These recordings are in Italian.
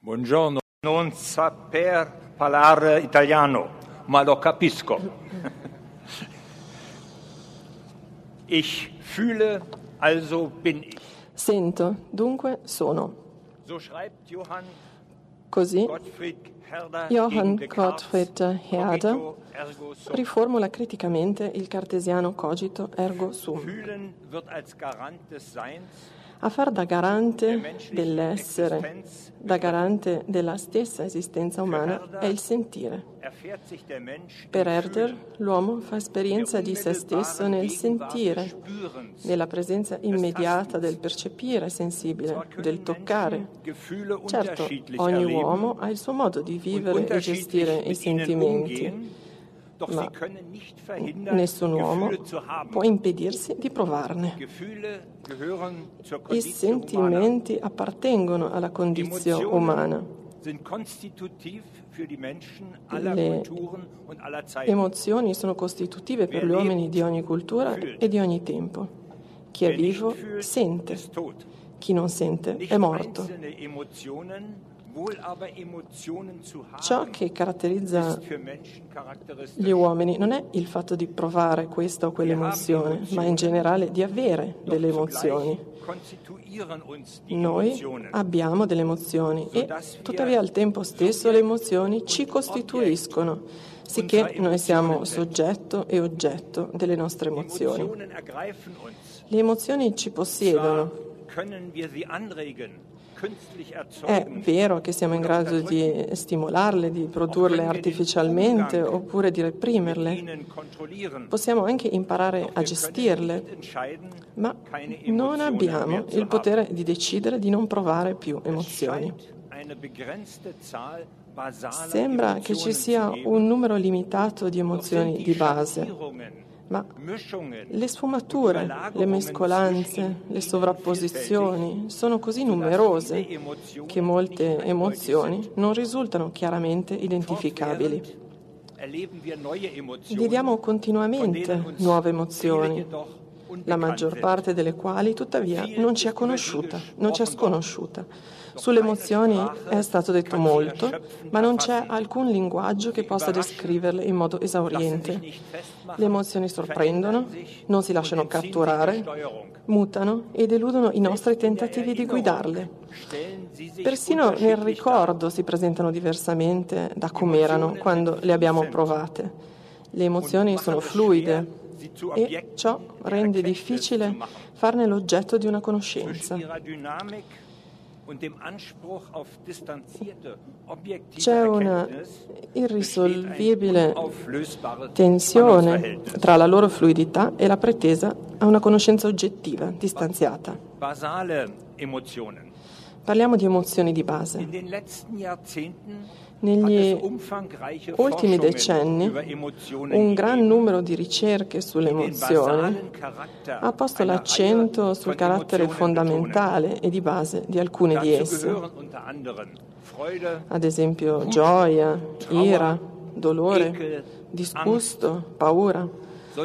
Buongiorno, non saper parlare italiano, ma lo capisco. Ich fühle, also bin ich. Sento, dunque sono. So schreibt Johann Così Gottfried Herder Johann gegen Descartes, Gottfried Herder cogito ergo sum. riformula criticamente il cartesiano cogito ergo sum. Fühlen wird als Garant des Seins A far da garante der menschlichen dell'essere, Existenz da garante della stessa esistenza umana, è il sentire. erfährt sich der Mensch Per im Herder, Fühlen, l'uomo fa esperienza di se stesso nel sentire, Spürens. nella presenza immediata del percepire sensibile, del toccare. Certo, ogni uomo ha il suo modo di vivere e gestire i sentimenti, ma nessun uomo può impedirsi di provarne. I sentimenti appartengono alla condizione umana. Le emozioni sono costitutive per gli uomini di ogni cultura e di ogni tempo. Chi è vivo sente, chi non sente è morto. Ciò che caratterizza gli uomini non è il fatto di provare questa o quell'emozione, ma in generale di avere delle emozioni. Noi abbiamo delle emozioni e tuttavia al tempo stesso le emozioni ci costituiscono, sicché noi siamo soggetto e oggetto delle nostre emozioni. Le emozioni ci possiedono. È vero che siamo in grado di stimolarle, di produrle artificialmente oppure di reprimerle. Possiamo anche imparare a gestirle, ma non abbiamo il potere di decidere di non provare più emozioni. Sembra che ci sia un numero limitato di emozioni di base. Ma le sfumature, le mescolanze, le sovrapposizioni sono così numerose che molte emozioni non risultano chiaramente identificabili. Viviamo continuamente nuove emozioni, la maggior parte delle quali tuttavia non ci è sconosciuta. Sulle emozioni è stato detto molto, ma non c'è alcun linguaggio che possa descriverle in modo esauriente. Le emozioni sorprendono, non si lasciano catturare, mutano e deludono i nostri tentativi di guidarle. Persino nel ricordo si presentano diversamente da come erano quando le abbiamo provate. Le emozioni sono fluide e ciò rende difficile farne l'oggetto di una conoscenza. C'è una irrisolvibile tensione tra la loro fluidità e la pretesa a una conoscenza oggettiva, distanziata. Parliamo di emozioni di base. Negli ultimi decenni un gran numero di ricerche sulle emozioni ha posto l'accento sul carattere fondamentale e di base di alcune di esse, ad esempio gioia, ira, dolore, disgusto, paura.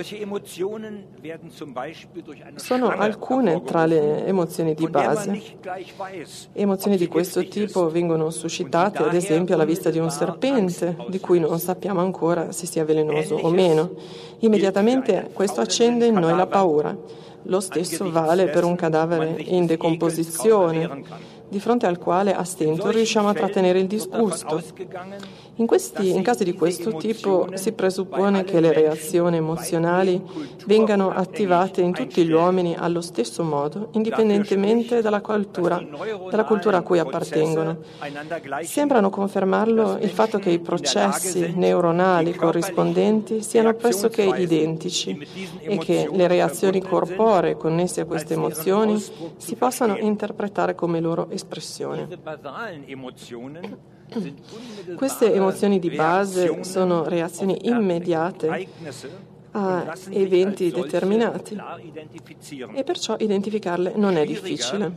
Sono alcune tra le emozioni di base. Emozioni di questo tipo vengono suscitate, ad esempio, alla vista di un serpente, di cui non sappiamo ancora se sia velenoso o meno. Immediatamente questo accende in noi la paura. Lo stesso vale per un cadavere in decomposizione, di fronte al quale a stento riusciamo a trattenere il disgusto. In casi di questo tipo si presuppone che le reazioni emozionali vengano attivate in tutti gli uomini allo stesso modo, indipendentemente dalla cultura a cui appartengono. Sembrano confermarlo il fatto che i processi neuronali corrispondenti siano pressoché identici e che le reazioni corporee connesse a queste emozioni si possano interpretare come loro espressione. Queste emozioni di base sono reazioni immediate a eventi determinati e perciò identificarle non è difficile.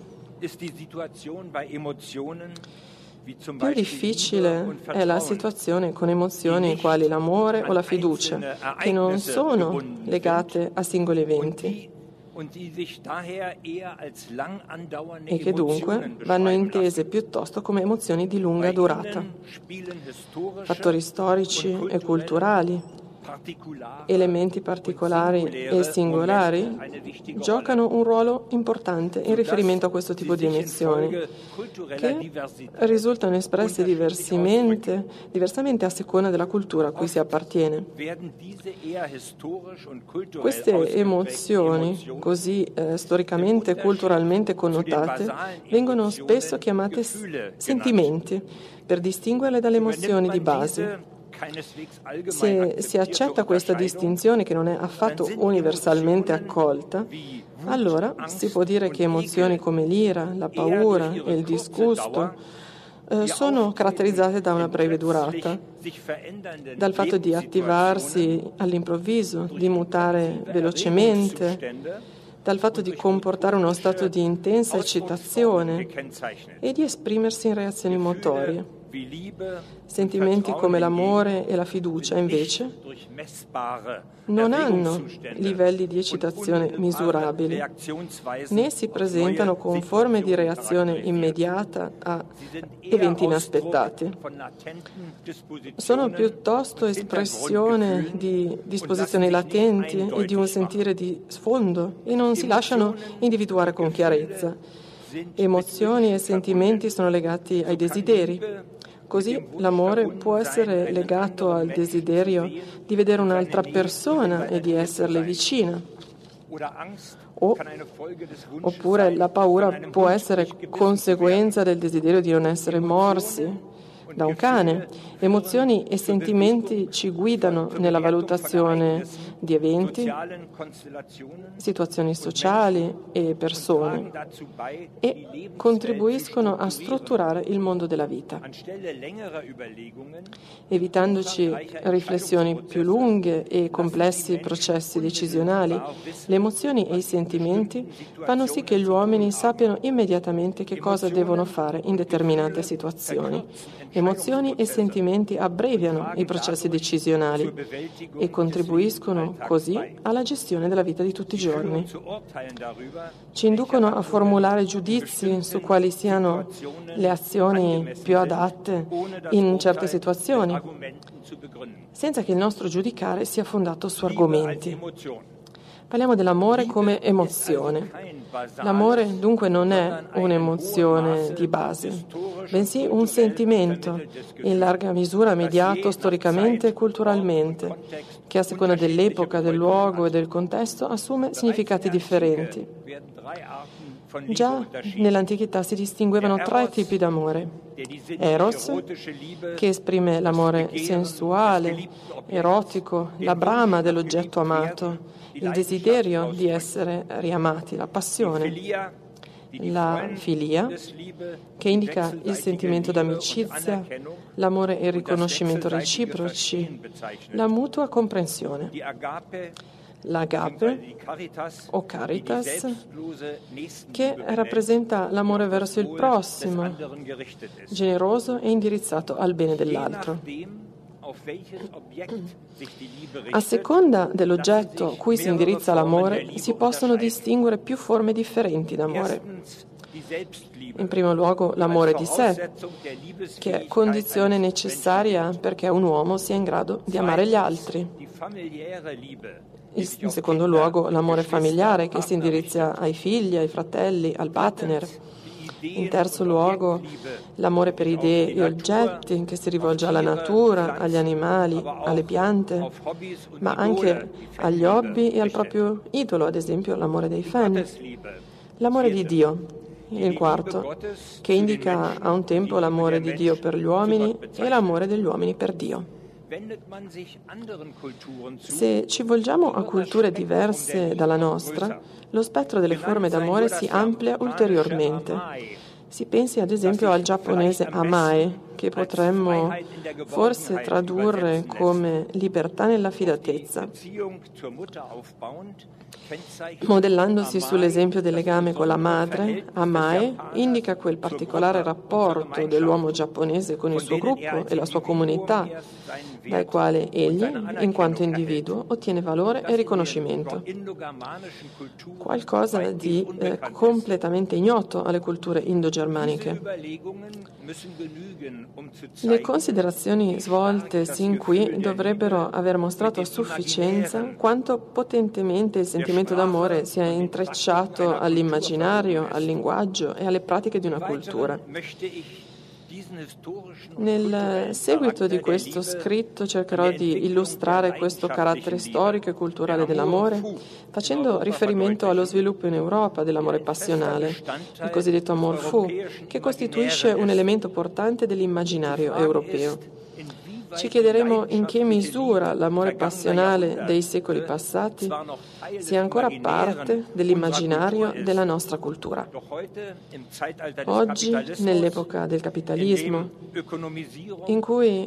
Più difficile è la situazione con emozioni quali l'amore o la fiducia, che non sono legate a singoli eventi e che dunque vanno intese piuttosto come emozioni di lunga durata. Fattori storici e culturali, elementi particolari e singolari giocano un ruolo importante in riferimento a questo tipo di emozioni, che risultano espresse diversamente a seconda della cultura a cui si appartiene. Queste emozioni, così storicamente e culturalmente connotate, vengono spesso chiamate sentimenti, per distinguerle dalle emozioni di base. Se si accetta questa distinzione, che non è affatto universalmente accolta, allora si può dire che emozioni come l'ira, la paura e il disgusto sono caratterizzate da una breve durata, dal fatto di attivarsi all'improvviso, di mutare velocemente, dal fatto di comportare uno stato di intensa eccitazione e di esprimersi in reazioni motorie. Sentimenti come l'amore e la fiducia, invece, non hanno livelli di eccitazione misurabili, né si presentano con forme di reazione immediata a eventi inaspettati. Sono piuttosto espressione di disposizioni latenti e di un sentire di sfondo e non si lasciano individuare con chiarezza. Emozioni e sentimenti sono legati ai desideri. Così l'amore può essere legato al desiderio di vedere un'altra persona e di esserle vicina. Oppure la paura può essere conseguenza del desiderio di non essere morsi da un cane. Emozioni e sentimenti ci guidano nella valutazione di eventi, situazioni sociali e persone e contribuiscono a strutturare il mondo della vita. Evitandoci riflessioni più lunghe e complessi processi decisionali, le emozioni e i sentimenti fanno sì che gli uomini sappiano immediatamente che cosa devono fare in determinate situazioni. Emozioni e sentimenti abbreviano i processi decisionali e contribuiscono così alla gestione della vita di tutti i giorni. Ci inducono a formulare giudizi su quali siano le azioni più adatte in certe situazioni, senza che il nostro giudicare sia fondato su argomenti. Parliamo dell'amore come emozione. L'amore dunque non è un'emozione di base, bensì un sentimento, in larga misura mediato storicamente e culturalmente, che a seconda dell'epoca, del luogo e del contesto assume significati differenti. Già nell'antichità si distinguevano 3 tipi d'amore. Eros, che esprime l'amore sensuale, erotico, la brama dell'oggetto amato, il desiderio di essere riamati, la passione. La filia, che indica il sentimento d'amicizia, l'amore e il riconoscimento reciproci, la mutua comprensione. L'agape o caritas, che rappresenta l'amore verso il prossimo, generoso e indirizzato al bene dell'altro. A seconda dell'oggetto cui si indirizza l'amore, si possono distinguere più forme differenti d'amore. In primo luogo l'amore di sé, che è condizione necessaria perché un uomo sia in grado di amare gli altri. In secondo luogo l'amore familiare, che si indirizza ai figli, ai fratelli, al partner. In terzo luogo l'amore per idee e oggetti, che si rivolge alla natura, agli animali, alle piante, ma anche agli hobby e al proprio idolo, ad esempio l'amore dei fan. L'amore di Dio, il quarto, che indica a un tempo l'amore di Dio per gli uomini e l'amore degli uomini per Dio. Se ci volgiamo a culture diverse dalla nostra, lo spettro delle forme d'amore si amplia ulteriormente. Si pensi ad esempio al giapponese amae, che potremmo forse tradurre come libertà nell'affidatezza, modellandosi sull'esempio del legame con la madre. Amae indica quel particolare rapporto dell'uomo giapponese con il suo gruppo e la sua comunità, dal quale egli, in quanto individuo, ottiene valore e riconoscimento. Qualcosa di completamente ignoto alle culture indogermaniche. Le considerazioni svolte sin qui dovrebbero aver mostrato a sufficienza quanto potentemente il sentimento d'amore sia intrecciato all'immaginario, al linguaggio e alle pratiche di una cultura. Nel seguito di questo scritto cercherò di illustrare questo carattere storico e culturale dell'amore, facendo riferimento allo sviluppo in Europa dell'amore passionale, il cosiddetto amor fou, che costituisce un elemento portante dell'immaginario europeo. Ci chiederemo in che misura l'amore passionale dei secoli passati sia ancora parte dell'immaginario della nostra cultura. Oggi, nell'epoca del capitalismo, in cui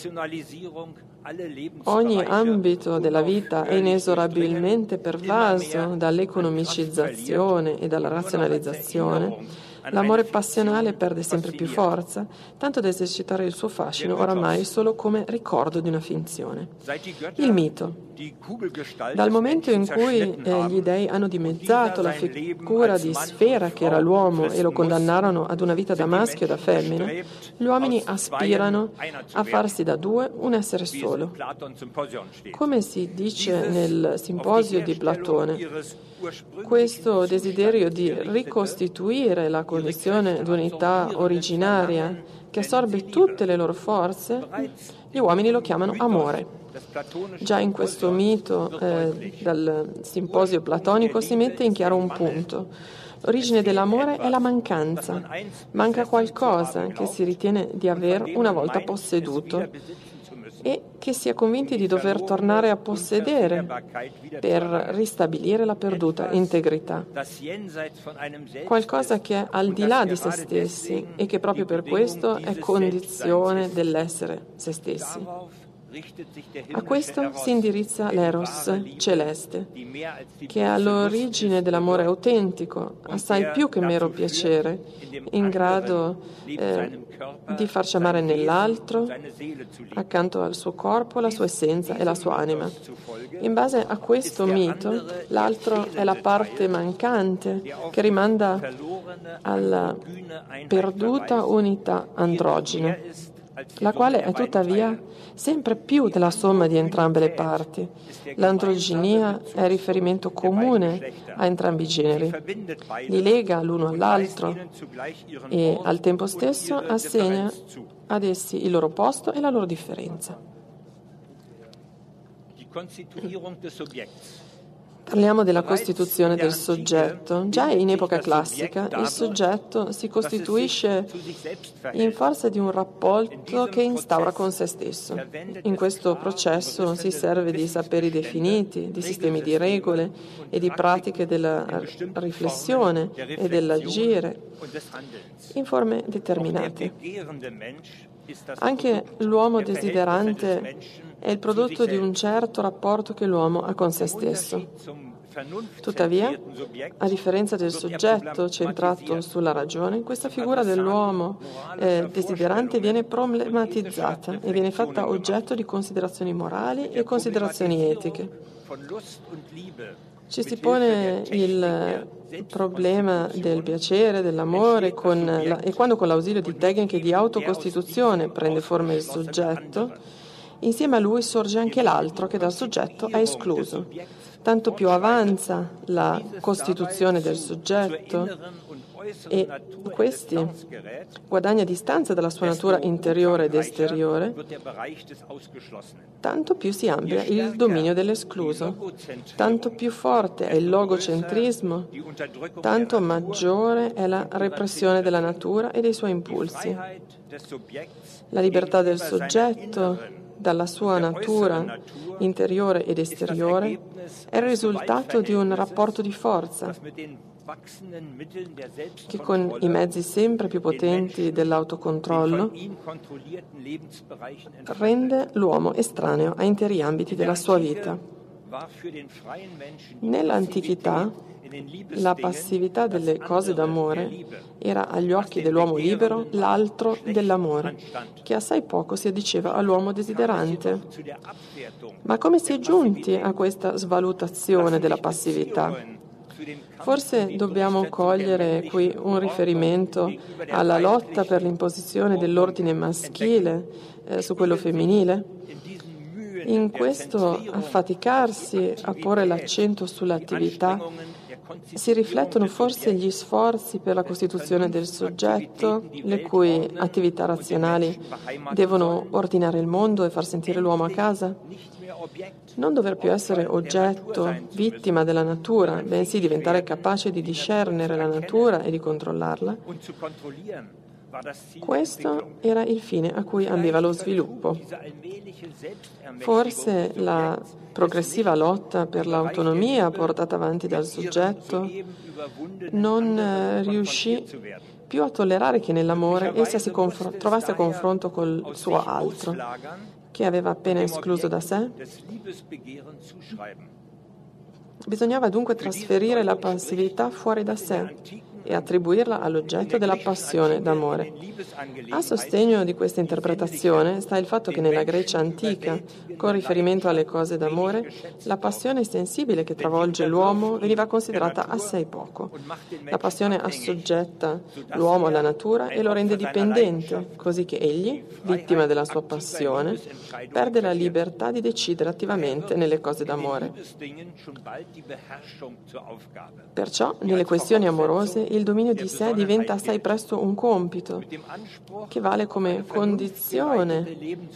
ogni ambito della vita è inesorabilmente pervaso dall'economicizzazione e dalla razionalizzazione, l'amore passionale perde sempre più forza, tanto da esercitare il suo fascino oramai solo come ricordo di una finzione. Il mito. Dal momento in cui gli dei hanno dimezzato la figura di sfera che era l'uomo e lo condannarono ad una vita da maschio e da femmina, gli uomini aspirano a farsi da due un essere solo. Come si dice nel Simposio di Platone, questo desiderio di ricostituire la condizione d'unità originaria che assorbe tutte le loro forze, gli uomini lo chiamano amore. Già in questo mito dal simposio platonico si mette in chiaro un punto. L'origine dell'amore è la mancanza. Manca qualcosa che si ritiene di aver una volta posseduto e che si è convinti di dover tornare a possedere per ristabilire la perduta integrità. Qualcosa che è al di là di se stessi e che proprio per questo è condizione dell'essere se stessi. A questo si indirizza l'eros celeste, che è all'origine dell'amore autentico, assai più che mero piacere, in grado di farci amare nell'altro, accanto al suo corpo, la sua essenza e la sua anima. In base a questo mito, l'altro è la parte mancante che rimanda alla perduta unità androgina, la quale è tuttavia sempre più della somma di entrambe le parti. L'androginia è riferimento comune a entrambi i generi, li lega l'uno all'altro e al tempo stesso assegna ad essi il loro posto e la loro differenza. Parliamo della costituzione del soggetto. Già in epoca classica il soggetto si costituisce in forza di un rapporto che instaura con se stesso. In questo processo si serve di saperi definiti, di sistemi di regole e di pratiche della riflessione e dell'agire in forme determinate. Anche l'uomo desiderante è il prodotto di un certo rapporto che l'uomo ha con se stesso. Tuttavia, a differenza del soggetto centrato sulla ragione, questa figura dell'uomo desiderante viene problematizzata e viene fatta oggetto di considerazioni morali e considerazioni etiche. Ci si pone il problema del piacere, dell'amore, e quando con l'ausilio di tecniche di autocostituzione prende forma il soggetto, insieme a lui sorge anche l'altro che dal soggetto è escluso. Tanto più avanza la costituzione del soggetto e questi guadagna distanza dalla sua natura interiore ed esteriore, tanto più si amplia il dominio dell'escluso, tanto più forte è il logocentrismo, tanto maggiore è la repressione della natura e dei suoi impulsi. La libertà del soggetto dalla sua natura interiore ed esteriore è il risultato di un rapporto di forza che con i mezzi sempre più potenti dell'autocontrollo rende l'uomo estraneo a interi ambiti della sua vita. Nell'antichità, la passività delle cose d'amore era agli occhi dell'uomo libero l'altro dell'amore, che assai poco si addiceva all'uomo desiderante. Ma come si è giunti a questa svalutazione della passività? Forse dobbiamo cogliere qui un riferimento alla lotta per l'imposizione dell'ordine maschile su quello femminile? In questo affaticarsi a porre l'accento sull'attività si riflettono forse gli sforzi per la costituzione del soggetto, le cui attività razionali devono ordinare il mondo e far sentire l'uomo a casa? Non dover più essere oggetto, vittima della natura, bensì diventare capace di discernere la natura e di controllarla. Questo era il fine a cui ambiva lo sviluppo. Forse la progressiva lotta per l'autonomia portata avanti dal soggetto non riuscì più a tollerare che nell'amore essa si trovasse a confronto col suo altro, che aveva appena escluso da sé. Bisognava dunque trasferire la passività fuori da sé e attribuirla all'oggetto della passione d'amore. A sostegno di questa interpretazione sta il fatto che nella Grecia antica, con riferimento alle cose d'amore, la passione sensibile che travolge l'uomo veniva considerata assai poco. La passione assoggetta l'uomo alla natura e lo rende dipendente, così che egli, vittima della sua passione, perde la libertà di decidere attivamente nelle cose d'amore. Perciò, nelle questioni amorose, il dominio di sé diventa assai presto un compito, che vale come condizione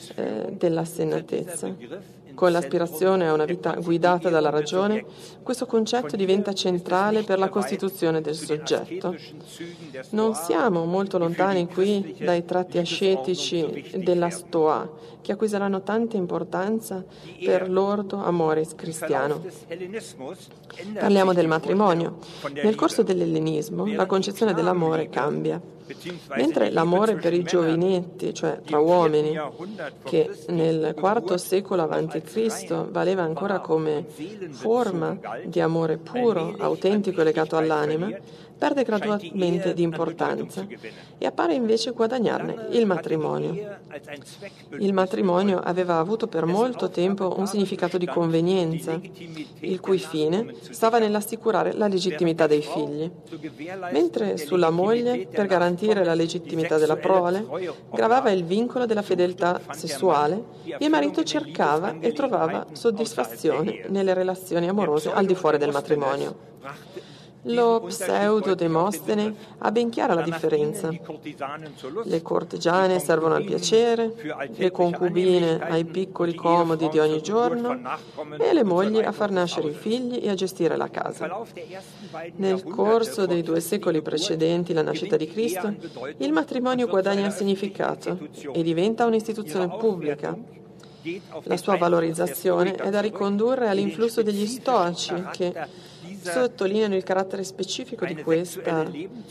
dell'assennatezza. Con l'aspirazione a una vita guidata dalla ragione, questo concetto diventa centrale per la costituzione del soggetto. Non siamo molto lontani qui dai tratti ascetici della Stoa, che acquisiranno tanta importanza per l'ordo amoris cristiano. Parliamo del matrimonio. Nel corso dell'ellenismo, la concezione dell'amore cambia. Mentre l'amore per i giovinetti, cioè tra uomini, che nel IV secolo a.C. valeva ancora come forma di amore puro, autentico e legato all'anima, perde gradualmente di importanza e appare invece guadagnarne il matrimonio. Il matrimonio aveva avuto per molto tempo un significato di convenienza, il cui fine stava nell'assicurare la legittimità dei figli, mentre sulla moglie, per garantire la legittimità della prole, gravava il vincolo della fedeltà sessuale e il marito cercava e trovava soddisfazione nelle relazioni amorose al di fuori del matrimonio. Lo pseudo-Demostene ha ben chiara la differenza. Le cortigiane servono al piacere, le concubine ai piccoli comodi di ogni giorno e le mogli a far nascere i figli e a gestire la casa. Nel corso dei 2 secoli precedenti la nascita di Cristo, il matrimonio guadagna significato e diventa un'istituzione pubblica. La sua valorizzazione è da ricondurre all'influsso degli stoici che sottolineano il carattere specifico di questa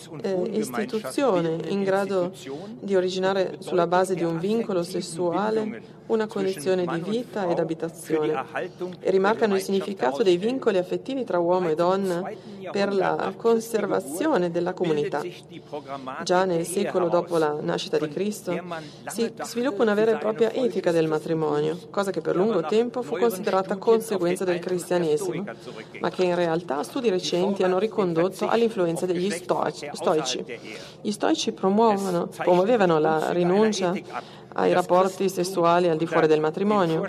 istituzione, in grado di originare sulla base di un vincolo sessuale una condizione di vita ed abitazione, e rimarcano il significato dei vincoli affettivi tra uomo e donna per la conservazione della comunità. Già nel secolo dopo la nascita di Cristo si sviluppa una vera e propria etica del matrimonio, cosa che per lungo tempo fu considerata conseguenza del cristianesimo, ma che in realtà studi recenti hanno ricondotto all'influenza degli stoici. Gli stoici promuovevano la rinuncia ai rapporti sessuali al di fuori del matrimonio.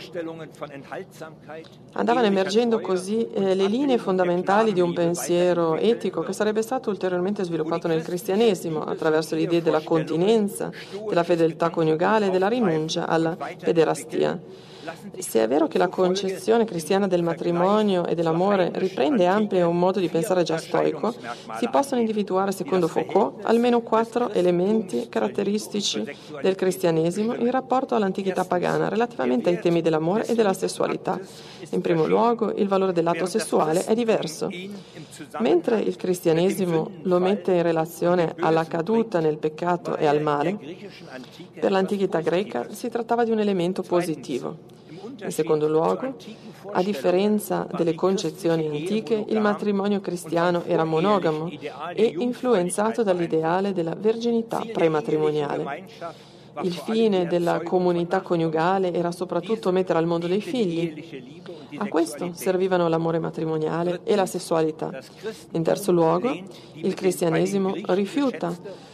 Andavano emergendo così le linee fondamentali di un pensiero etico che sarebbe stato ulteriormente sviluppato nel cristianesimo attraverso le idee della continenza, della fedeltà coniugale e della rinuncia alla pederastia. Se è vero che la concezione cristiana del matrimonio e dell'amore riprende e amplia un modo di pensare già stoico, si possono individuare, secondo Foucault, almeno 4 elementi caratteristici del cristianesimo cristianesimo in rapporto all'antichità pagana relativamente ai temi dell'amore e della sessualità. In primo luogo, il valore dell'atto sessuale è diverso. Mentre il cristianesimo lo mette in relazione alla caduta nel peccato e al male, per l'antichità greca si trattava di un elemento positivo. In secondo luogo, a differenza delle concezioni antiche, il matrimonio cristiano era monogamo e influenzato dall'ideale della verginità prematrimoniale. Il fine della comunità coniugale era soprattutto mettere al mondo dei figli. A questo servivano l'amore matrimoniale e la sessualità. In terzo luogo, il cristianesimo rifiuta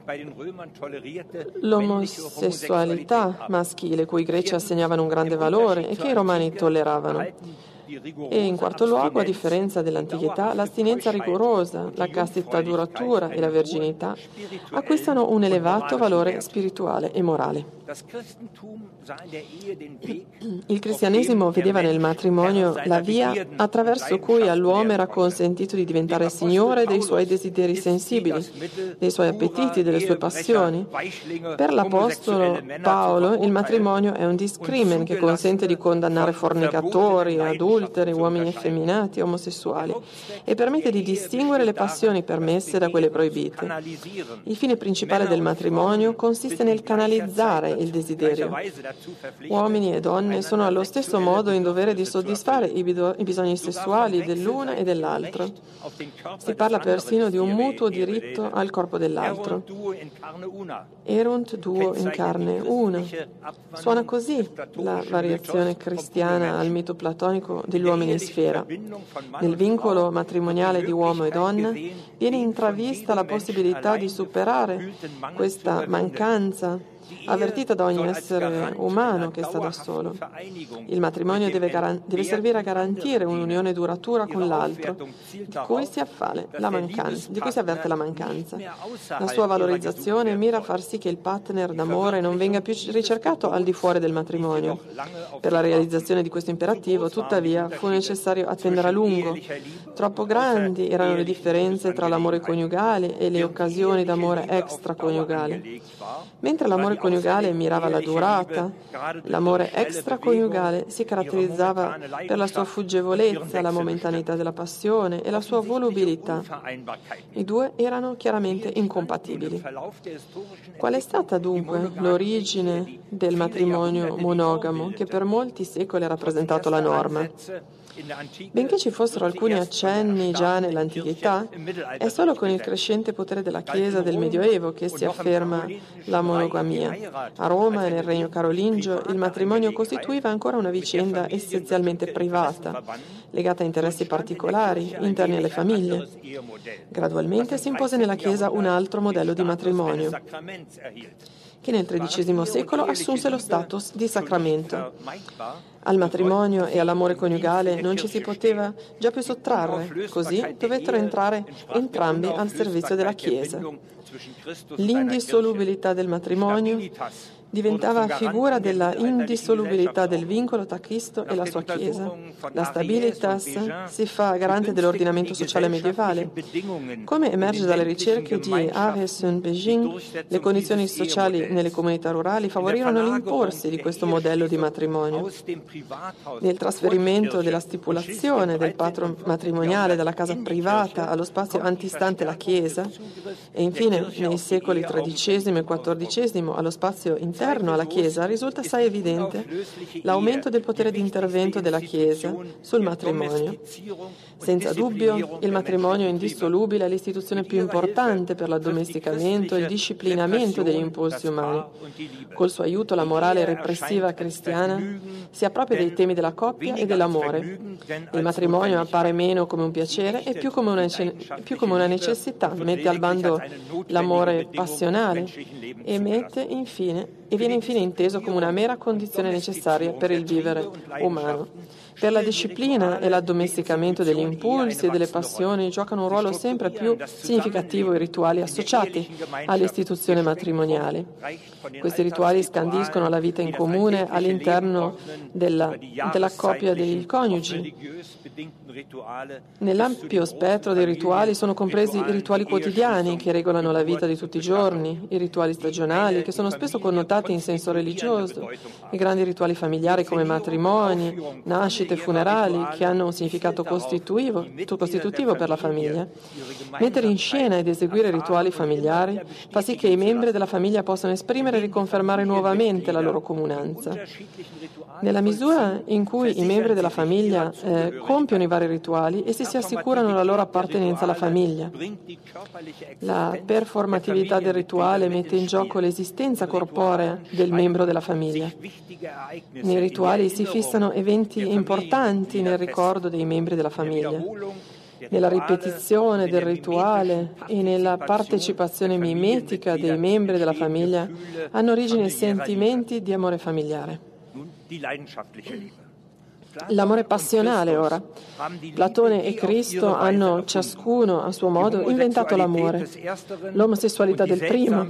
l'omosessualità maschile, cui i greci assegnavano un grande valore e che i romani tolleravano. E in quarto luogo, a differenza dell'antichità, l'astinenza rigorosa, la castità duratura e la verginità acquistano un elevato valore spirituale e morale. Il cristianesimo vedeva nel matrimonio la via attraverso cui all'uomo era consentito di diventare signore dei suoi desideri sensibili, dei suoi appetiti, delle sue passioni. Per l'apostolo Paolo il matrimonio è un discrimen che consente di condannare fornicatori, adulteri, uomini effeminati, omosessuali e permette di distinguere le passioni permesse da quelle proibite. Il fine principale del matrimonio consiste nel canalizzare il desiderio. Uomini e donne sono allo stesso modo in dovere di soddisfare i bisogni sessuali dell'una e dell'altro. Si parla persino di un mutuo diritto al corpo dell'altro. Erunt duo in carne una. Suona così la variazione cristiana al mito platonico degli uomini in sfera. Nel vincolo matrimoniale di uomo e donna viene intravista la possibilità di superare questa mancanza avvertita da ogni essere umano che sta da solo. Il matrimonio deve servire a garantire un'unione duratura con l'altro, di cui si avverte la mancanza. La sua valorizzazione mira a far sì che il partner d'amore non venga più ricercato al di fuori del matrimonio. Per la realizzazione di questo imperativo, tuttavia, fu necessario attendere a lungo. Troppo grandi erano le differenze tra l'amore coniugale e le occasioni d'amore extraconiugale. Mentre l'amore coniugale mirava alla durata, l'amore extraconiugale si caratterizzava per la sua fuggevolezza, la momentaneità della passione e la sua volubilità. I due erano chiaramente incompatibili. Qual è stata dunque l'origine del matrimonio monogamo che per molti secoli ha rappresentato la norma? Benché ci fossero alcuni accenni già nell'antichità, è solo con il crescente potere della Chiesa del Medioevo che si afferma la monogamia. A Roma e nel Regno carolingio il matrimonio costituiva ancora una vicenda essenzialmente privata, legata a interessi particolari, interni alle famiglie. Gradualmente si impose nella Chiesa un altro modello di matrimonio, che nel XIII secolo assunse lo status di sacramento. Al matrimonio e all'amore coniugale non ci si poteva già più sottrarre, così dovettero entrare entrambi al servizio della Chiesa. L'indissolubilità del matrimonio diventava figura della indissolubilità del vincolo tra Cristo e la sua Chiesa. La stabilitas si fa garante dell'ordinamento sociale medievale. Come emerge dalle ricerche di Ares und Begin, le condizioni sociali nelle comunità rurali favorirono l'imporsi di questo modello di matrimonio. Nel trasferimento della stipulazione del patto matrimoniale dalla casa privata allo spazio antistante la Chiesa e infine nei secoli XIII e XIV allo spazio interno alla Chiesa, risulta assai evidente l'aumento del potere di intervento della Chiesa sul matrimonio. Senza dubbio, il matrimonio indissolubile è l'istituzione più importante per l'addomesticamento e il disciplinamento degli impulsi umani. Col suo aiuto la morale repressiva cristiana si appropria dei temi della coppia e dell'amore. Il matrimonio appare meno come un piacere e più come una necessità, mette al bando l'amore passionale e viene infine inteso come una mera condizione necessaria per il vivere umano. Per la disciplina e l'addomesticamento degli impulsi e delle passioni giocano un ruolo sempre più significativo i rituali associati all'istituzione matrimoniale. Questi rituali scandiscono la vita in comune all'interno della coppia dei coniugi Nell'ampio spettro dei rituali sono compresi i rituali quotidiani che regolano la vita di tutti i giorni, i rituali stagionali che sono spesso connotati in senso religioso, i grandi rituali familiari come matrimoni, nascite, funerali che hanno un significato costitutivo per la famiglia. Mettere in scena ed eseguire rituali familiari fa sì che i membri della famiglia possano esprimere e riconfermare nuovamente la loro comunanza. Nella misura in cui i membri della famiglia compiono i vari rituali, essi si assicurano la loro appartenenza alla famiglia. La performatività del rituale mette in gioco l'esistenza corporea del membro della famiglia. Nei rituali si fissano eventi importanti nel ricordo dei membri della famiglia. Nella ripetizione del rituale e nella partecipazione mimetica dei membri della famiglia hanno origine sentimenti di amore familiare. L'amore passionale ora. Platone e Cristo hanno ciascuno a suo modo inventato l'amore. L'omosessualità del primo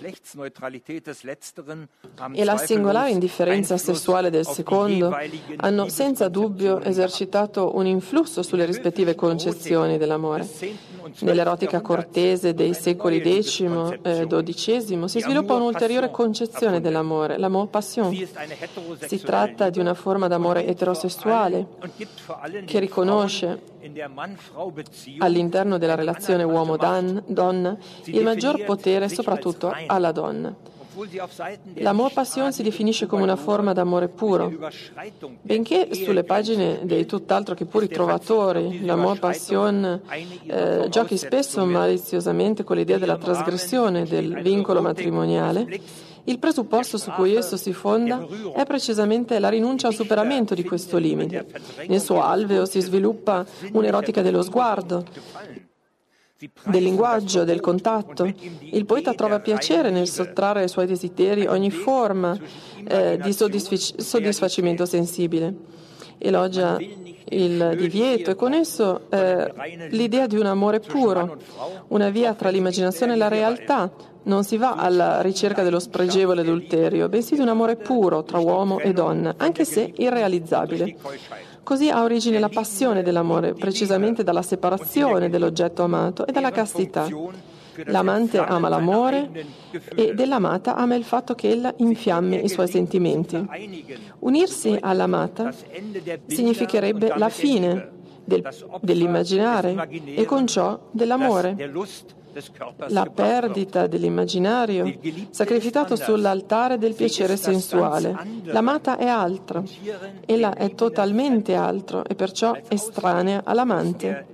e la singolare indifferenza sessuale del secondo hanno senza dubbio esercitato un influsso sulle rispettive concezioni dell'amore. Nell'erotica cortese dei secoli X e XII si sviluppa un'ulteriore concezione dell'amore, l'amour passion. Si tratta di una forma d'amore eterosessuale che riconosce all'interno della relazione uomo-donna il maggior potere soprattutto alla donna. L'amour passion si definisce come una forma d'amore puro. Benché sulle pagine dei tutt'altro che puri trovatori l'amour passion giochi spesso maliziosamente con l'idea della trasgressione del vincolo matrimoniale, il presupposto su cui esso si fonda è precisamente la rinuncia al superamento di questo limite. Nel suo alveo si sviluppa un'erotica dello sguardo, del linguaggio, del contatto. Il poeta trova piacere nel sottrarre ai suoi desideri ogni forma di soddisfacimento sensibile. Elogia il divieto e con esso l'idea di un amore puro, una via tra l'immaginazione e la realtà. Non si va alla ricerca dello spregevole adulterio, bensì di un amore puro tra uomo e donna, anche se irrealizzabile. Così ha origine la passione dell'amore, precisamente dalla separazione dell'oggetto amato e dalla castità. L'amante ama l'amore e dell'amata ama il fatto che ella infiamme i suoi sentimenti. Unirsi all'amata significherebbe la fine dell'immaginare e con ciò dell'amore. La perdita dell'immaginario sacrificato sull'altare del piacere sensuale. L'amata è altro, ella è totalmente altro e perciò estranea all'amante.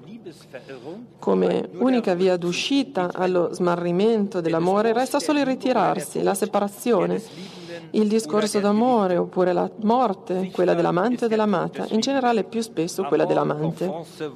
Come unica via d'uscita allo smarrimento dell'amore resta solo il ritirarsi, la separazione, il discorso d'amore oppure la morte, quella dell'amante o dell'amata, in generale più spesso quella dell'amante.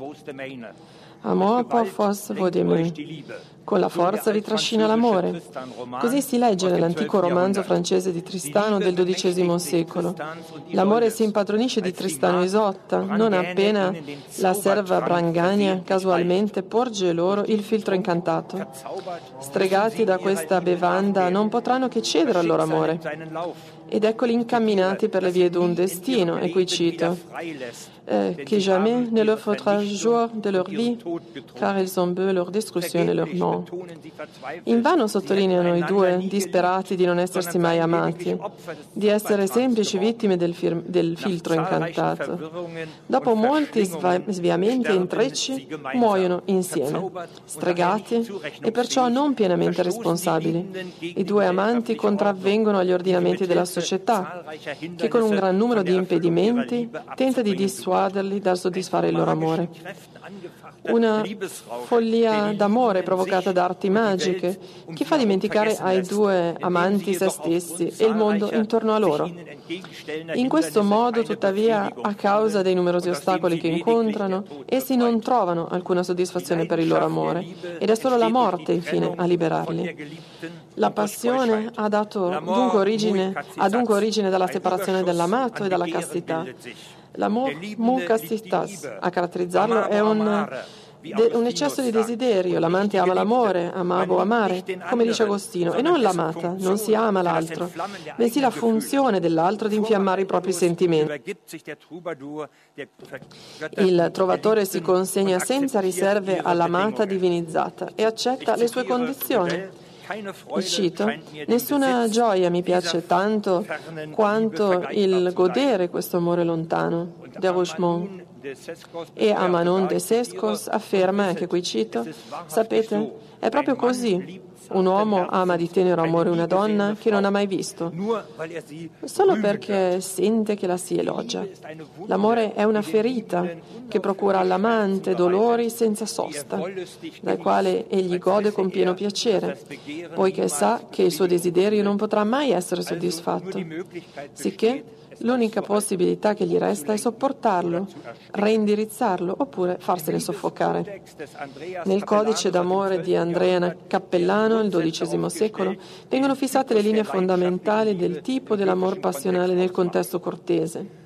Amor par force vaut des mains. Con la forza vi trascina l'amore. Così si legge nell'antico romanzo francese di Tristano del XII secolo. L'amore si impadronisce di Tristano e Isotta, non appena la serva Brangagna casualmente porge loro il filtro incantato. Stregati da questa bevanda non potranno che cedere al loro amore. Ed eccoli incamminati per le vie d'un destino, e qui cito, «Qui jamais ne leur faudra jour de leur vie, car ils ont bu leur destruction et leur nom». Invano sottolineano i due disperati di non essersi mai amati, di essere semplici vittime del filtro incantato. Dopo molti sviamenti e intrecci, muoiono insieme, stregati e perciò non pienamente responsabili. I due amanti contravvengono agli ordinamenti della società, che con un gran numero di impedimenti tenta di dissuaderli dal soddisfare il loro amore. Una follia d'amore provocata da arti magiche che fa dimenticare ai due amanti se stessi e il mondo intorno a loro. In questo modo, tuttavia, a causa dei numerosi ostacoli che incontrano, essi non trovano alcuna soddisfazione per il loro amore ed è solo la morte, infine, a liberarli. La passione ha dunque origine dalla separazione dell'amato e dalla castità. L'amour mu castitas, a caratterizzarlo è un un eccesso di desiderio. L'amante ama l'amore, amavo amare, come dice Agostino, e non l'amata, non si ama l'altro, bensì la funzione dell'altro di infiammare i propri sentimenti. Il trovatore si consegna senza riserve all'amata divinizzata e accetta le sue condizioni. E cito: nessuna gioia mi piace tanto quanto il godere questo amore lontano. De Rougemont. E a Manon de Sescos afferma, anche qui cito: sapete, è proprio così. Un uomo ama di tenero amore una donna che non ha mai visto, solo perché sente che la si elogia. L'amore è una ferita che procura all'amante dolori senza sosta, dal quale egli gode con pieno piacere, poiché sa che il suo desiderio non potrà mai essere soddisfatto. Sicché l'unica possibilità che gli resta è sopportarlo, reindirizzarlo oppure farsene soffocare. Nel codice d'amore di Andrea Cappellano, il XII secolo, vengono fissate le linee fondamentali del tipo dell'amor passionale nel contesto cortese.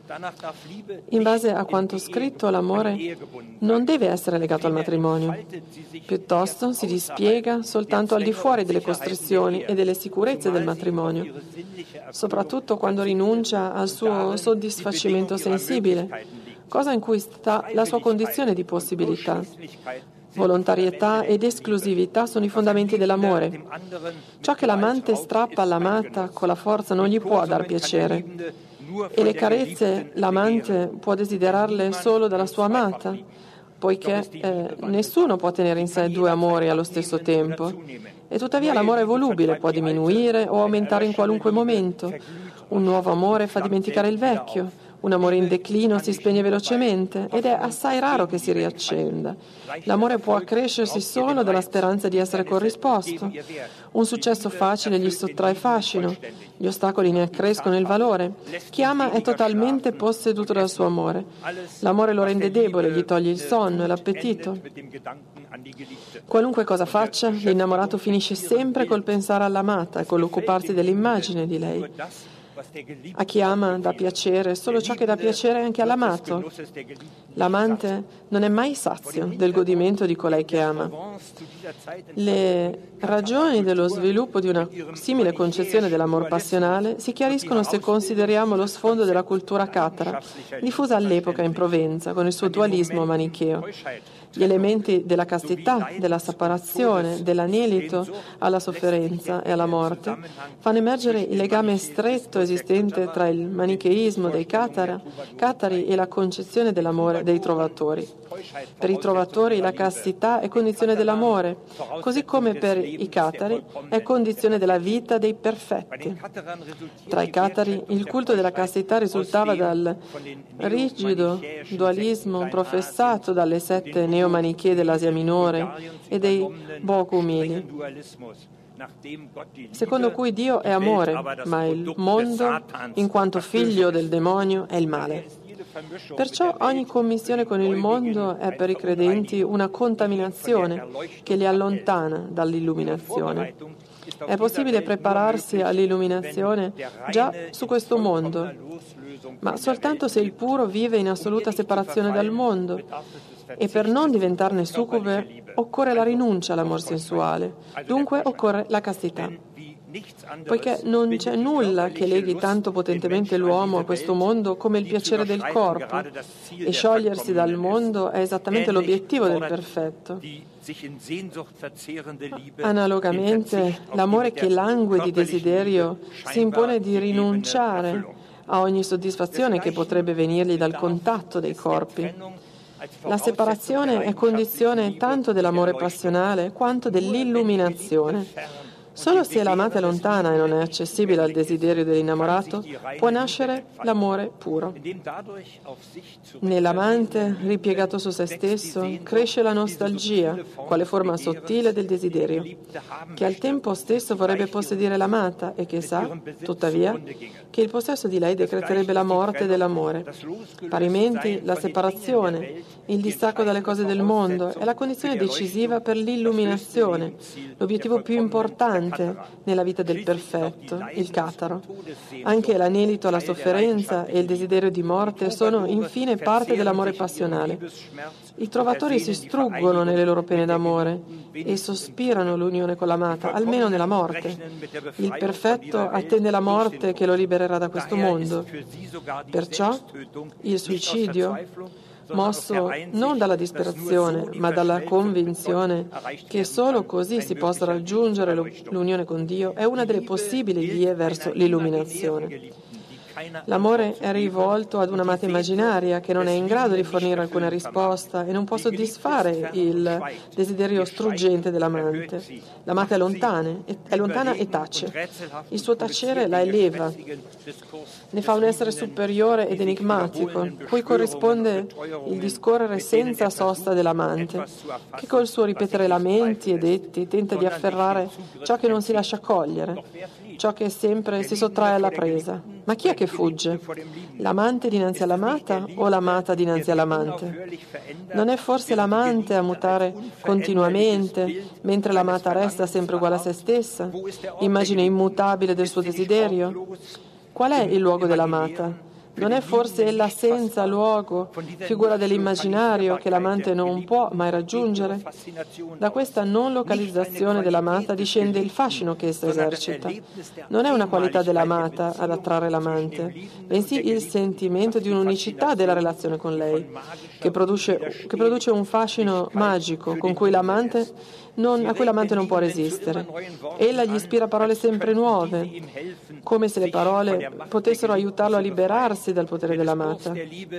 In base a quanto scritto, l'amore non deve essere legato al matrimonio, piuttosto si dispiega soltanto al di fuori delle costrizioni e delle sicurezze del matrimonio, soprattutto quando rinuncia al suo soddisfacimento sensibile, cosa in cui sta la sua condizione di possibilità. Volontarietà ed esclusività sono i fondamenti dell'amore. Ciò che l'amante strappa all'amata con la forza non gli può dar piacere. E le carezze l'amante può desiderarle solo dalla sua amata, poiché nessuno può tenere in sé due amori allo stesso tempo. E tuttavia l'amore volubile può diminuire o aumentare in qualunque momento. Un nuovo amore fa dimenticare il vecchio. Un amore in declino si spegne velocemente ed è assai raro che si riaccenda. L'amore può accrescersi solo dalla speranza di essere corrisposto. Un successo facile gli sottrae fascino, gli ostacoli ne accrescono il valore. Chi ama è totalmente posseduto dal suo amore. L'amore lo rende debole, gli toglie il sonno e l'appetito. Qualunque cosa faccia, l'innamorato finisce sempre col pensare all'amata e con l'occuparsi dell'immagine di lei. A chi ama dà piacere solo ciò che dà piacere anche all'amato. L'amante non è mai sazio del godimento di colei che ama. Le ragioni dello sviluppo di una simile concezione dell'amor passionale si chiariscono se consideriamo lo sfondo della cultura catara, diffusa all'epoca in Provenza con il suo dualismo manicheo. Gli elementi della castità, della separazione, dell'anelito alla sofferenza e alla morte fanno emergere il legame stretto esistente tra il manicheismo dei catari e la concezione dell'amore dei trovatori. Per i trovatori la castità è condizione dell'amore, così come per i catari è condizione della vita dei perfetti. Tra i catari il culto della castità risultava dal rigido dualismo professato dalle sette neomanichee dell'Asia Minore e dei Bokumili, secondo cui Dio è amore, ma il mondo, in quanto figlio del demonio, è il male. Perciò ogni commissione con il mondo è per i credenti una contaminazione che li allontana dall'illuminazione. È possibile prepararsi all'illuminazione già su questo mondo, ma soltanto se il puro vive in assoluta separazione dal mondo. E per non diventarne succube occorre la rinuncia all'amor sensuale, dunque occorre la castità. Poiché non c'è nulla che leghi tanto potentemente l'uomo a questo mondo come il piacere del corpo, e sciogliersi dal mondo è esattamente l'obiettivo del perfetto. Analogamente, l'amore che langue di desiderio si impone di rinunciare a ogni soddisfazione che potrebbe venirgli dal contatto dei corpi. La separazione è condizione tanto dell'amore passionale quanto dell'illuminazione. Solo se l'amata è lontana e non è accessibile al desiderio dell'innamorato, può nascere l'amore puro. Nell'amante, ripiegato su se stesso, cresce la nostalgia, quale forma sottile del desiderio, che al tempo stesso vorrebbe possedere l'amata e che sa, tuttavia, che il possesso di lei decreterebbe la morte dell'amore. Parimenti, la separazione, il distacco dalle cose del mondo è la condizione decisiva per l'illuminazione, l'obiettivo più importante determinante nella vita del perfetto, il cataro. Anche l'anelito alla sofferenza e il desiderio di morte sono infine parte dell'amore passionale. I trovatori si struggono nelle loro pene d'amore e sospirano l'unione con l'amata, almeno nella morte. Il perfetto attende la morte che lo libererà da questo mondo. Perciò il suicidio, mosso non dalla disperazione, ma dalla convinzione che solo così si possa raggiungere l'unione con Dio, è una delle possibili vie verso l'illuminazione. L'amore è rivolto ad un'amata immaginaria che non è in grado di fornire alcuna risposta e non può soddisfare il desiderio struggente dell'amante. L'amata è lontana e tace. Il suo tacere la eleva, ne fa un essere superiore ed enigmatico, cui corrisponde il discorrere senza sosta dell'amante, che col suo ripetere lamenti e detti tenta di afferrare ciò che non si lascia cogliere, ciò che sempre si sottrae alla presa. Ma chi è che fugge? L'amante dinanzi all'amata o l'amata dinanzi all'amante? Non è forse l'amante a mutare continuamente, mentre l'amata resta sempre uguale a se stessa, immagine immutabile del suo desiderio? Qual è il luogo dell'amata? Non è forse ella senza luogo, figura dell'immaginario che l'amante non può mai raggiungere? Da questa non localizzazione dell'amata discende il fascino che essa esercita. Non è una qualità dell'amata ad attrarre l'amante, bensì il sentimento di un'unicità della relazione con lei, che produce un fascino magico a cui l'amante non può resistere. Ella gli ispira parole sempre nuove, come se le parole potessero aiutarlo a liberarsi dal potere dell'amata.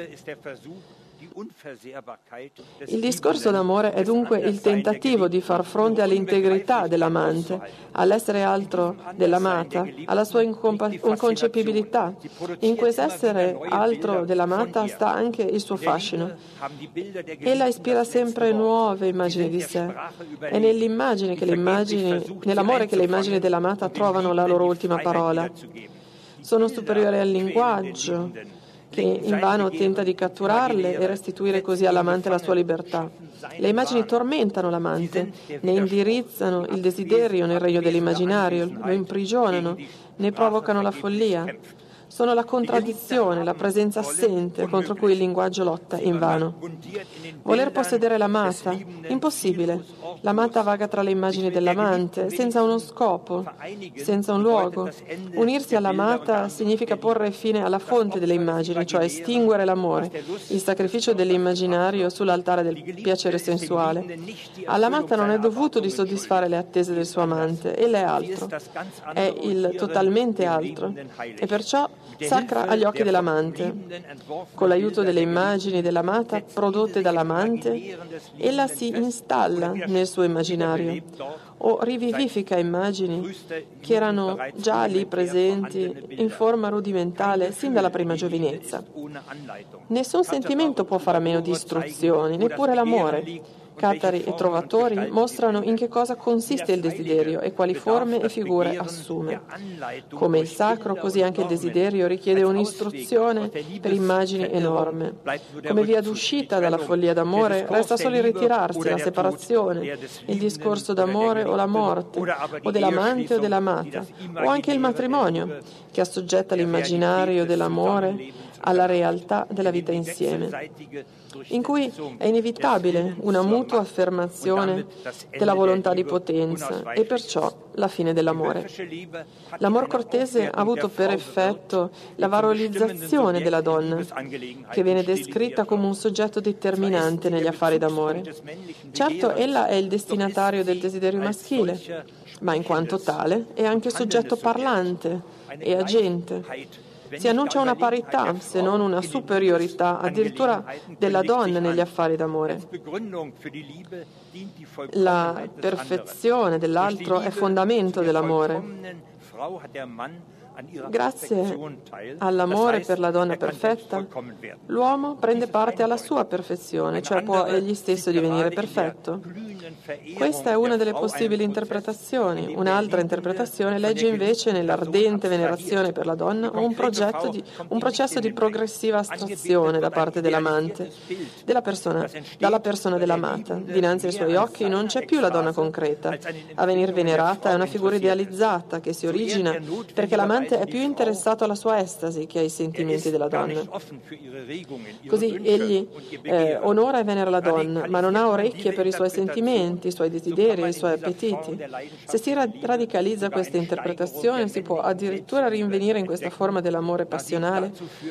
Il discorso d'amore è dunque il tentativo di far fronte all'integrità dell'amante, all'essere altro dell'amata, alla sua inconcepibilità. In quest'essere altro dell'amata sta anche il suo fascino. Ella ispira sempre nuove immagini di sé. È nell'amore che le immagini dell'amata trovano la loro ultima parola. Sono superiori al linguaggio, che invano tenta di catturarle e restituire così all'amante la sua libertà. Le immagini tormentano l'amante, ne indirizzano il desiderio nel regno dell'immaginario, lo imprigionano, ne provocano la follia. Sono la contraddizione, la presenza assente contro cui il linguaggio lotta invano. Voler possedere l'amata? Impossibile. L'amata vaga tra le immagini dell'amante, senza uno scopo, senza un luogo. Unirsi all'amata significa porre fine alla fonte delle immagini, cioè estinguere l'amore, il sacrificio dell'immaginario sull'altare del piacere sensuale. All'amata non è dovuto di soddisfare le attese del suo amante, ella è altro, è il totalmente altro, e perciò sacra agli occhi dell'amante. Con l'aiuto delle immagini dell'amata prodotte dall'amante, ella si installa nel suo immaginario o rivivifica immagini che erano già lì presenti in forma rudimentale sin dalla prima giovinezza. Nessun sentimento può fare a meno di istruzioni, neppure l'amore. Catari e trovatori mostrano in che cosa consiste il desiderio e quali forme e figure assume. Come il sacro, così anche il desiderio richiede un'istruzione per immagini e norme. Come via d'uscita dalla follia d'amore resta solo il ritirarsi, la separazione, il discorso d'amore o la morte, o dell'amante o dell'amata, o anche il matrimonio, che assoggetta l'immaginario dell'amore alla realtà della vita insieme, in cui è inevitabile una mutua affermazione della volontà di potenza e perciò la fine dell'amore. L'amor cortese ha avuto per effetto la valorizzazione della donna, che viene descritta come un soggetto determinante negli affari d'amore. Certo, ella è il destinatario del desiderio maschile, ma in quanto tale è anche soggetto parlante e agente. Si annuncia una parità, se non una superiorità, addirittura della donna negli affari d'amore. La perfezione dell'altro è fondamento dell'amore. Grazie all'amore per la donna perfetta, l'uomo prende parte alla sua perfezione, cioè può egli stesso divenire perfetto. Questa è una delle possibili interpretazioni. Un'altra interpretazione legge invece nell'ardente venerazione per la donna un processo di progressiva astrazione da parte dell'amante, dalla persona dell'amata. Dinanzi ai suoi occhi non c'è più la donna concreta. A venir venerata è una figura idealizzata che si origina perché l'amante è più interessato alla sua estasi che ai sentimenti della donna. Così egli onora e venera la donna, ma non ha orecchie per i suoi sentimenti, i suoi desideri, i suoi appetiti. Se si radicalizza questa interpretazione, si può addirittura rinvenire in questa forma dell'amore passionale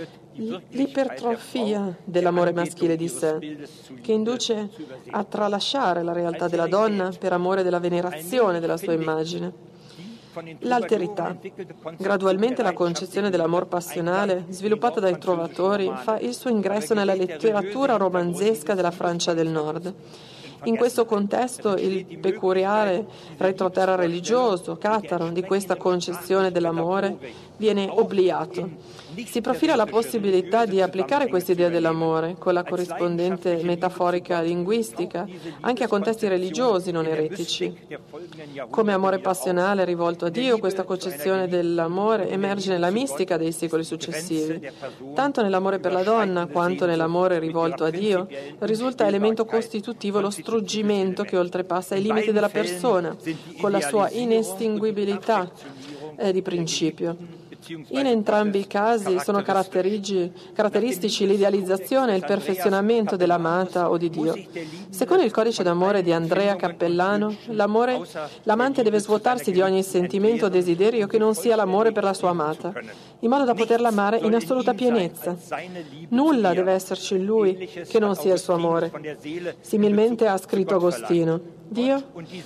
l'ipertrofia dell'amore maschile di sé, che induce a tralasciare la realtà della donna per amore della venerazione della sua immagine. L'alterità. Gradualmente la concezione dell'amor passionale, sviluppata dai trovatori, fa il suo ingresso nella letteratura romanzesca della Francia del Nord. In questo contesto il peculiare retroterra religioso, cataro, di questa concezione dell'amore viene obliato. Si profila la possibilità di applicare questa idea dell'amore con la corrispondente metaforica linguistica anche a contesti religiosi non eretici. Come amore passionale rivolto a Dio, questa concezione dell'amore emerge nella mistica dei secoli successivi. Tanto nell'amore per la donna quanto nell'amore rivolto a Dio risulta elemento costitutivo lo struggimento che oltrepassa i limiti della persona con la sua inestinguibilità di principio. In entrambi i casi sono caratteristici l'idealizzazione e il perfezionamento dell'amata o di Dio. Secondo il codice d'amore di Andrea Cappellano, l'amante deve svuotarsi di ogni sentimento o desiderio che non sia l'amore per la sua amata, in modo da poterla amare in assoluta pienezza. Nulla deve esserci in lui che non sia il suo amore. Similmente ha scritto Agostino, Dio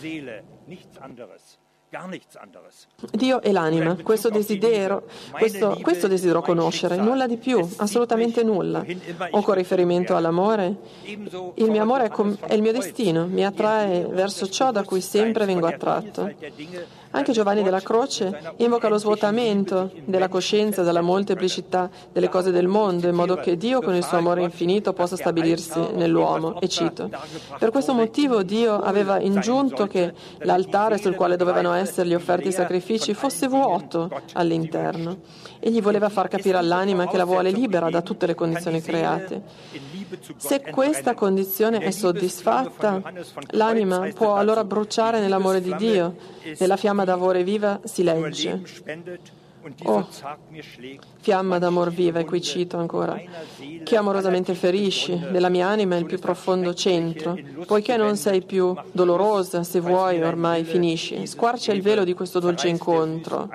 è l'anima, questo desidero conoscere, nulla di più, assolutamente nulla. O con riferimento all'amore, il mio amore è il mio destino, mi attrae verso ciò da cui sempre vengo attratto. Anche Giovanni della Croce invoca lo svuotamento della coscienza dalla molteplicità delle cose del mondo, in modo che Dio con il suo amore infinito possa stabilirsi nell'uomo. E cito, per questo motivo Dio aveva ingiunto che l'altare sul quale dovevano essergli offerti i sacrifici fosse vuoto all'interno. Egli voleva far capire all'anima che la vuole libera da tutte le condizioni create. Se questa condizione è soddisfatta, l'anima può allora bruciare nell'amore di Dio. Nella fiamma d'amore viva si legge. Oh, fiamma d'amor viva, e qui cito ancora, che amorosamente ferisci, della mia anima il più profondo centro, poiché non sei più dolorosa, se vuoi ormai finisci, squarcia il velo di questo dolce incontro.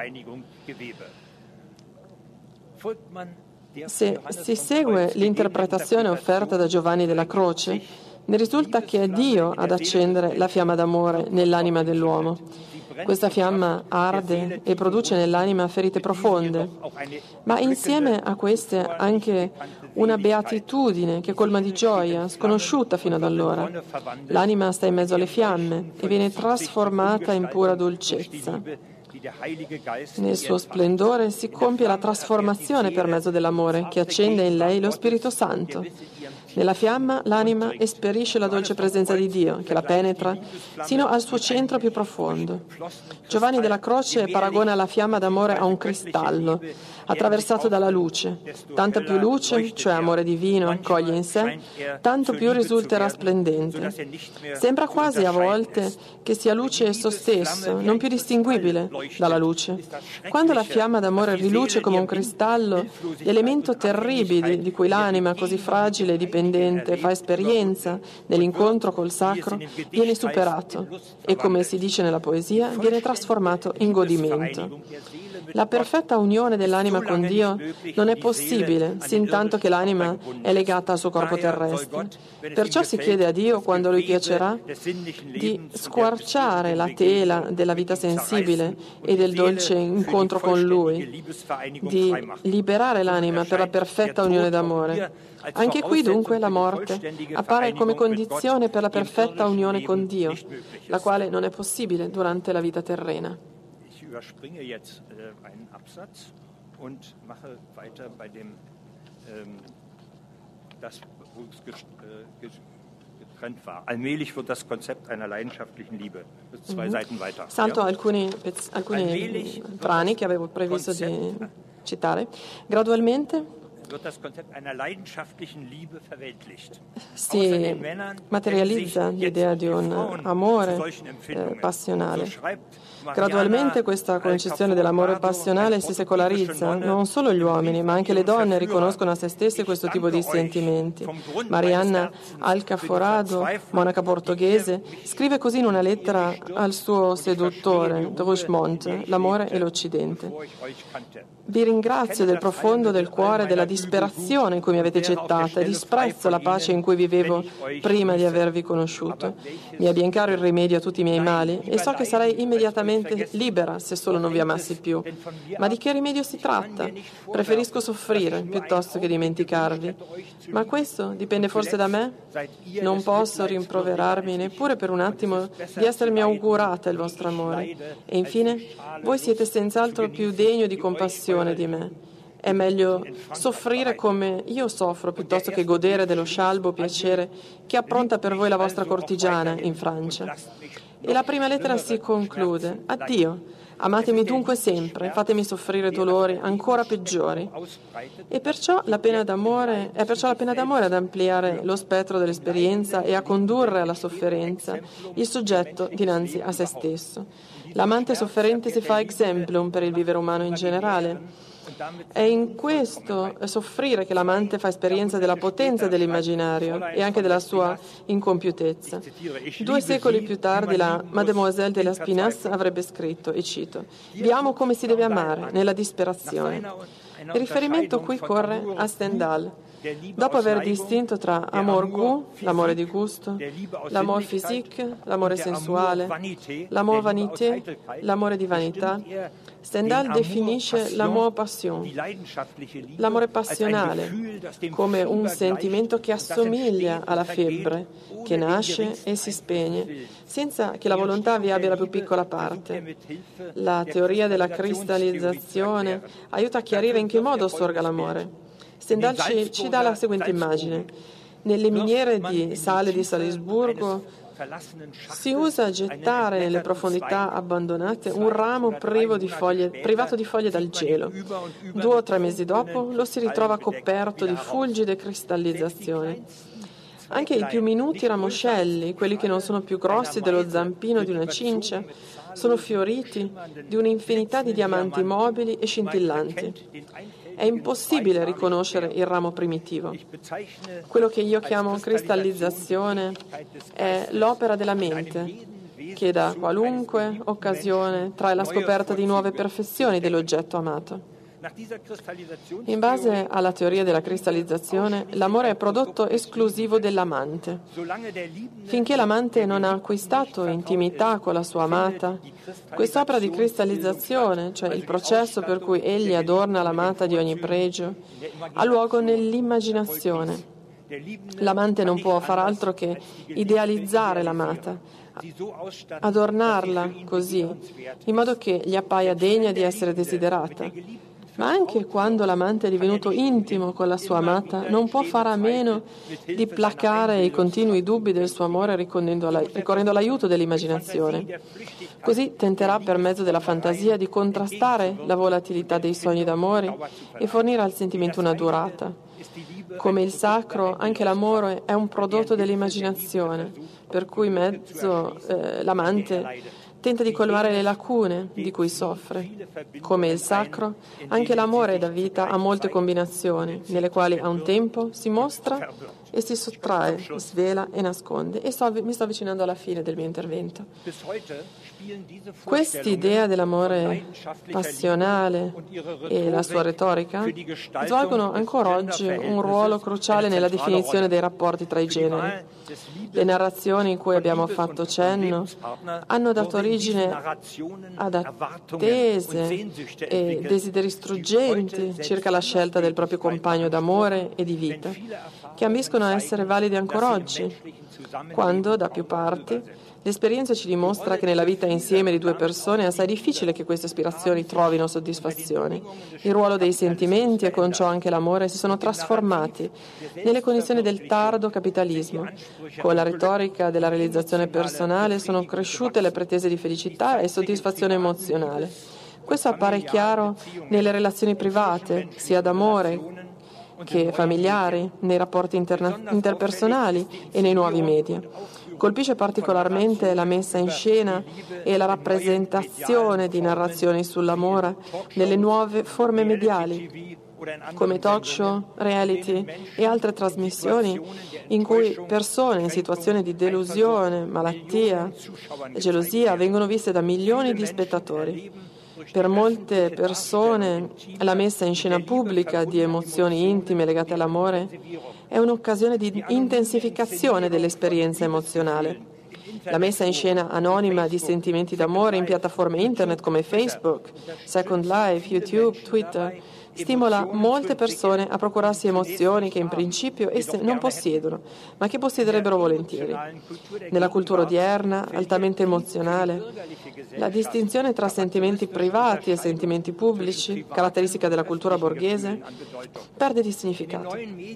Se si segue l'interpretazione offerta da Giovanni della Croce, ne risulta che è Dio ad accendere la fiamma d'amore nell'anima dell'uomo. Questa fiamma arde e produce nell'anima ferite profonde, ma insieme a queste anche una beatitudine che colma di gioia, sconosciuta fino ad allora. L'anima sta in mezzo alle fiamme e viene trasformata in pura dolcezza. Nel suo splendore si compie la trasformazione per mezzo dell'amore che accende in lei lo Spirito Santo. Nella fiamma l'anima esperisce la dolce presenza di Dio, che la penetra sino al suo centro più profondo. Giovanni della Croce paragona la fiamma d'amore a un cristallo, attraversato dalla luce. Tanta più luce, cioè amore divino, coglie in sé, tanto più risulterà splendente. Sembra quasi a volte che sia luce esso stesso, non più distinguibile dalla luce. Quando la fiamma d'amore riluce come un cristallo, l'elemento terribile di cui l'anima, così fragile e dipendente, fa esperienza nell'incontro col sacro, viene superato e, come si dice nella poesia, viene trasformato in godimento. La perfetta unione dell'anima con Dio non è possibile sin tanto che l'anima è legata al suo corpo terrestre. Perciò si chiede a Dio, quando Lui piacerà, di squarciare la tela della vita sensibile e del dolce incontro con Lui, di liberare l'anima per la perfetta unione d'amore. Anche qui dunque la morte appare come condizione per la perfetta unione con Dio, la quale non è possibile durante la vita terrena. überspringe jetzt einen Absatz und mache weiter bei dem, das, wo es getrennt war. Allmählich wird das Konzept einer leidenschaftlichen Liebe. Das ist 2 Seiten weiter. Salto alcuni brani che avevo previsto di citare. Gradualmente wird das Konzept einer leidenschaftlichen Liebe verweltlicht. Si materializza l'idea di un amore passionale. Gradualmente questa concezione dell'amore passionale si secolarizza. Non solo gli uomini, ma anche le donne riconoscono a se stesse questo tipo di sentimenti. Marianna Alcaforado, monaca portoghese, scrive così in una lettera al suo seduttore, Druchmont, l'amore e l'Occidente. Vi ringrazio del profondo del cuore della disperazione in cui mi avete gettata e disprezzo la pace in cui vivevo prima di avervi conosciuto. Mi è ben caro il rimedio a tutti i miei mali e so che sarei immediatamente libera se solo non vi amassi più. Ma di che rimedio si tratta? Preferisco soffrire piuttosto che dimenticarvi. Ma questo dipende forse da me? Non posso rimproverarmi neppure per un attimo di essermi augurata il vostro amore. E infine, voi siete senz'altro più degno di compassione di me. È meglio soffrire come io soffro piuttosto che godere dello scialbo piacere che appronta per voi la vostra cortigiana in Francia. E la prima lettera si conclude: addio, amatemi dunque sempre, fatemi soffrire dolori ancora peggiori. E perciò la pena d'amore ad ampliare lo spettro dell'esperienza e a condurre alla sofferenza il soggetto dinanzi a se stesso. L'amante sofferente si fa exemplum per il vivere umano in generale. È in questo soffrire che l'amante fa esperienza della potenza dell'immaginario e anche della sua incompiutezza. 2 secoli più tardi la Mademoiselle de Lespinasse avrebbe scritto, e cito: «Vi amo come si deve amare, nella disperazione». Il riferimento qui corre a Stendhal. Dopo aver distinto tra amour goût, l'amore di gusto, l'amour physique, l'amore sensuale, l'amour vanité, l'amore di vanità, Stendhal definisce l'amour passion, l'amore passionale, come un sentimento che assomiglia alla febbre, che nasce e si spegne, senza che la volontà vi abbia la più piccola parte. La teoria della cristallizzazione aiuta a chiarire in che modo sorga l'amore. Stendhal ci dà la seguente immagine. Nelle miniere di sale di Salisburgo si usa gettare nelle profondità abbandonate un ramo privato di foglie dal gelo. 2 o 3 mesi dopo lo si ritrova coperto di fulgide cristallizzazioni. Anche i più minuti ramoscelli, quelli che non sono più grossi dello zampino di una cincia, sono fioriti di un'infinità di diamanti mobili e scintillanti. È impossibile riconoscere il ramo primitivo. Quello che io chiamo cristallizzazione è l'opera della mente, che da qualunque occasione trae la scoperta di nuove perfezioni dell'oggetto amato. In base alla teoria della cristallizzazione, l'amore è prodotto esclusivo dell'amante. Finché l'amante non ha acquistato intimità con la sua amata, quest'opera di cristallizzazione, cioè il processo per cui egli adorna l'amata di ogni pregio, ha luogo nell'immaginazione. L'amante non può far altro che idealizzare l'amata, adornarla così, in modo che gli appaia degna di essere desiderata. Ma anche quando l'amante è divenuto intimo con la sua amata, non può fare a meno di placare i continui dubbi del suo amore ricorrendo all'aiuto dell'immaginazione. Così tenterà per mezzo della fantasia di contrastare la volatilità dei sogni d'amore e fornire al sentimento una durata. Come il sacro, anche l'amore è un prodotto dell'immaginazione, per cui l'amante tenta di colmare le lacune di cui soffre. Come il sacro, anche l'amore dà vita a molte combinazioni, nelle quali a un tempo si mostra e si sottrae, svela e nasconde. E mi sto avvicinando alla fine del mio intervento. Quest'idea dell'amore passionale e la sua retorica svolgono ancora oggi un ruolo cruciale nella definizione dei rapporti tra i generi. Le narrazioni in cui abbiamo fatto cenno hanno dato origine ad attese e desideri struggenti circa la scelta del proprio compagno d'amore e di vita, che ambiscono a essere validi ancora oggi. quando, da più parti, l'esperienza ci dimostra che nella vita insieme di due persone è assai difficile che queste aspirazioni trovino soddisfazione. Il ruolo dei sentimenti e con ciò anche l'amore si sono trasformati nelle condizioni del tardo capitalismo. Con la retorica della realizzazione personale sono cresciute le pretese di felicità e soddisfazione emozionale. Questo appare chiaro nelle relazioni private, sia d'amore che familiari, nei rapporti interpersonali e nei nuovi media. Colpisce particolarmente la messa in scena e la rappresentazione di narrazioni sull'amore nelle nuove forme mediali, come talk show, reality e altre trasmissioni in cui persone in situazioni di delusione, malattia e gelosia vengono viste da milioni di spettatori. Per molte persone la messa in scena pubblica di emozioni intime legate all'amore è un'occasione di intensificazione dell'esperienza emozionale. La messa in scena anonima di sentimenti d'amore in piattaforme internet come Facebook, Second Life, YouTube, Twitter stimola molte persone a procurarsi emozioni che in principio esse non possiedono, ma che possederebbero volentieri. Nella cultura odierna, altamente emozionale, la distinzione tra sentimenti privati e sentimenti pubblici, caratteristica della cultura borghese, perde di significato.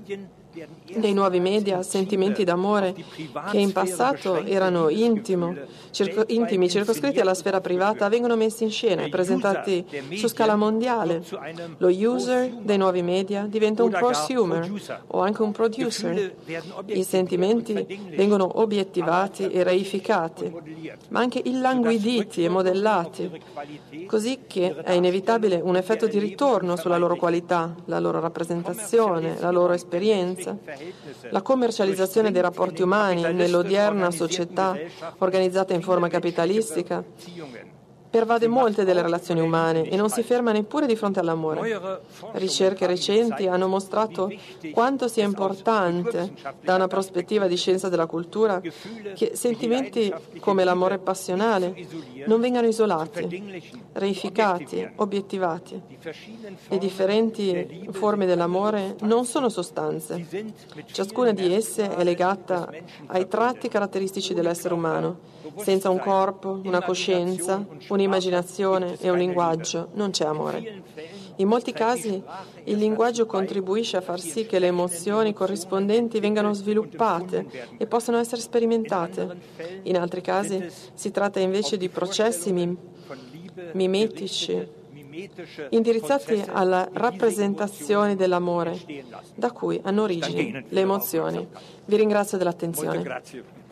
Nei nuovi media, sentimenti d'amore che in passato erano intimi, circoscritti alla sfera privata, vengono messi in scena e presentati su scala mondiale. Lo user dei nuovi media diventa un prosumer o anche un producer. I sentimenti vengono obiettivati e reificati, ma anche illanguiditi e modellati, così che è inevitabile un effetto di ritorno sulla loro qualità, la loro rappresentazione, la loro esperienza. La commercializzazione dei rapporti umani nell'odierna società organizzata in forma capitalistica pervade molte delle relazioni umane e non si ferma neppure di fronte all'amore. Ricerche recenti hanno mostrato quanto sia importante, da una prospettiva di scienza della cultura, che sentimenti come l'amore passionale non vengano isolati, reificati, obiettivati. Le differenti forme dell'amore non sono sostanze. Ciascuna di esse è legata ai tratti caratteristici dell'essere umano. Senza un corpo, una coscienza, un'immaginazione e un linguaggio non c'è amore. In molti casi il linguaggio contribuisce a far sì che le emozioni corrispondenti vengano sviluppate e possano essere sperimentate. In altri casi si tratta invece di processi mimetici indirizzati alla rappresentazione dell'amore, da cui hanno origine le emozioni. Vi ringrazio dell'attenzione.